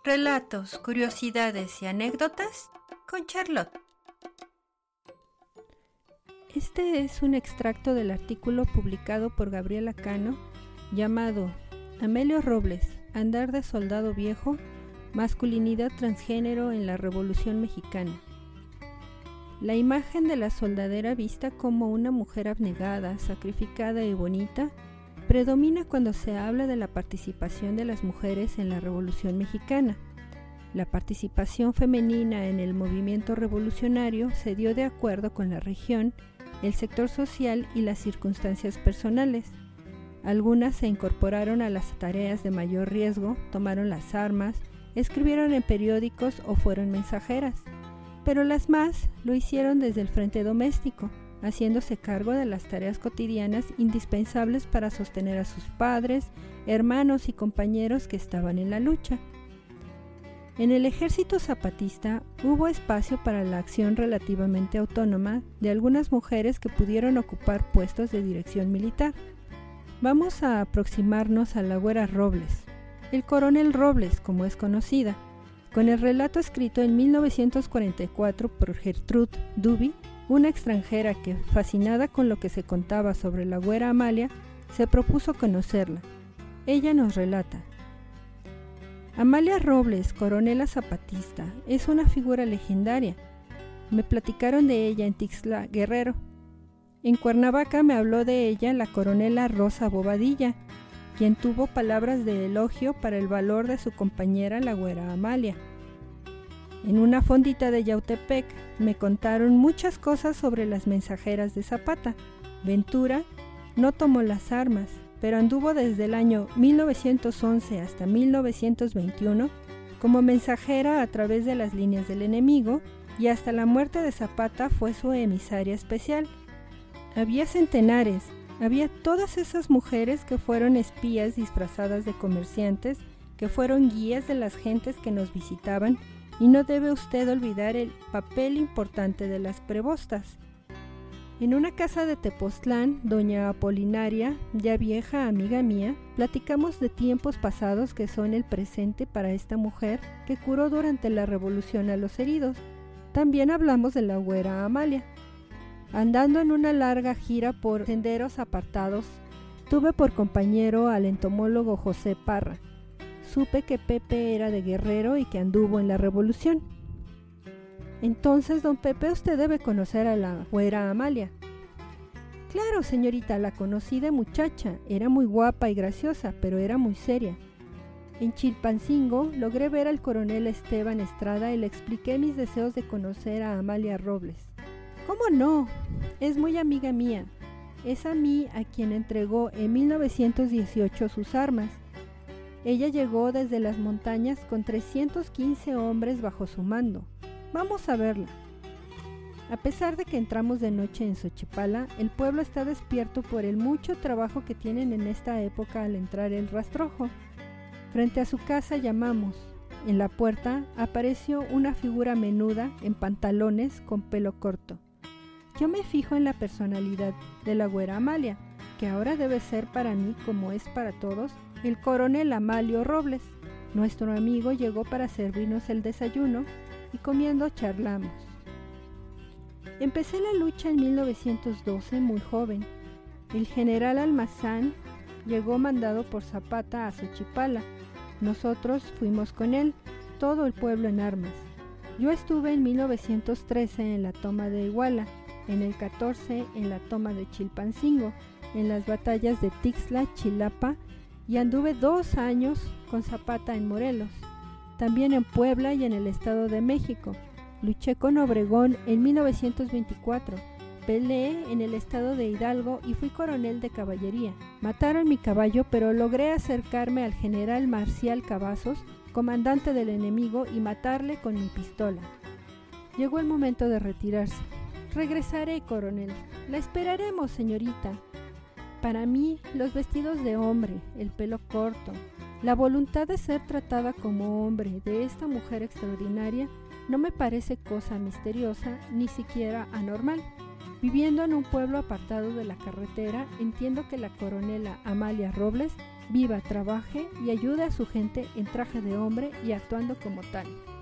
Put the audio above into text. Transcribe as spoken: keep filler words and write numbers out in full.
Relatos, curiosidades y anécdotas con Charlotte. Este es un extracto del artículo publicado por Gabriela Cano llamado Amelio Robles, Andar de soldado viejo, masculinidad transgénero en la Revolución Mexicana. La imagen de la soldadera vista como una mujer abnegada, sacrificada y bonita predomina cuando se habla de la participación de las mujeres en la Revolución Mexicana. La participación femenina en el movimiento revolucionario se dio de acuerdo con la región, el sector social y las circunstancias personales. Algunas se incorporaron a las tareas de mayor riesgo, tomaron las armas, escribieron en periódicos o fueron mensajeras, pero las más lo hicieron desde el frente doméstico, haciéndose cargo de las tareas cotidianas indispensables para sostener a sus padres, hermanos y compañeros que estaban en la lucha. En el ejército zapatista hubo espacio para la acción relativamente autónoma de algunas mujeres que pudieron ocupar puestos de dirección militar. Vamos a aproximarnos a la güera Robles, el coronel Robles, como es conocida, con el relato escrito en mil novecientos cuarenta y cuatro por Gertrude Duby, una extranjera que, fascinada con lo que se contaba sobre la güera Amalia, se propuso conocerla. Ella nos relata: Amalia Robles, coronela zapatista, es una figura legendaria. Me platicaron de ella en Tixla, Guerrero. En Cuernavaca me habló de ella la coronela Rosa Bobadilla, quien tuvo palabras de elogio para el valor de su compañera la güera Amalia. En una fondita de Yautepec me contaron muchas cosas sobre las mensajeras de Zapata. Ventura no tomó las armas, pero anduvo desde el año mil novecientos once hasta mil novecientos veintiuno como mensajera a través de las líneas del enemigo y hasta la muerte de Zapata fue su emisaria especial. Había centenares, había todas esas mujeres que fueron espías disfrazadas de comerciantes, que fueron guías de las gentes que nos visitaban, y no debe usted olvidar el papel importante de las prebostas. En una casa de Tepoztlán, doña Apolinaria, ya vieja amiga mía, platicamos de tiempos pasados que son el presente para esta mujer que curó durante la revolución a los heridos. También hablamos de la güera Amalia. Andando en una larga gira por senderos apartados, tuve por compañero al entomólogo José Parra. Supe que Pepe era de Guerrero y que anduvo en la revolución. Entonces, don Pepe, usted debe conocer a la güera Amalia. Claro, señorita, la conocí de muchacha. Era muy guapa y graciosa, pero era muy seria. En Chilpancingo logré ver al coronel Esteban Estrada y le expliqué mis deseos de conocer a Amalia Robles. ¿Cómo no? Es muy amiga mía. Es a mí a quien entregó en mil novecientos dieciocho sus armas. Ella llegó desde las montañas con trescientos quince hombres bajo su mando. Vamos a verla. A pesar de que entramos de noche en Xochipala, el pueblo está despierto por el mucho trabajo que tienen en esta época al entrar el rastrojo. Frente a su casa llamamos. En la puerta apareció una figura menuda en pantalones con pelo corto. Yo me fijo en la personalidad de la güera Amalia, que ahora debe ser para mí, como es para todos, el coronel Amalio Robles. Nuestro amigo llegó para servirnos el desayuno y comiendo charlamos. Empecé la lucha en mil novecientos doce muy joven. El general Almazán llegó mandado por Zapata a Xochipala. Nosotros fuimos con él, todo el pueblo en armas. Yo estuve en mil novecientos trece en la toma de Iguala, en el catorce en la toma de Chilpancingo, en las batallas de Tixla, Chilapa, y anduve dos años con Zapata en Morelos. También en Puebla y en el Estado de México. Luché con Obregón en mil novecientos veinticuatro. Peleé en el estado de Hidalgo y fui coronel de caballería. Mataron mi caballo, pero logré acercarme al general Marcial Cavazos, comandante del enemigo, y matarle con mi pistola. Llegó el momento de retirarse. Regresaré, coronel. La esperaremos, señorita. Para mí, los vestidos de hombre, el pelo corto, la voluntad de ser tratada como hombre de esta mujer extraordinaria no me parece cosa misteriosa ni siquiera anormal. Viviendo en un pueblo apartado de la carretera, entiendo que la coronela Amalia Robles viva, trabaje y ayude a su gente en traje de hombre y actuando como tal.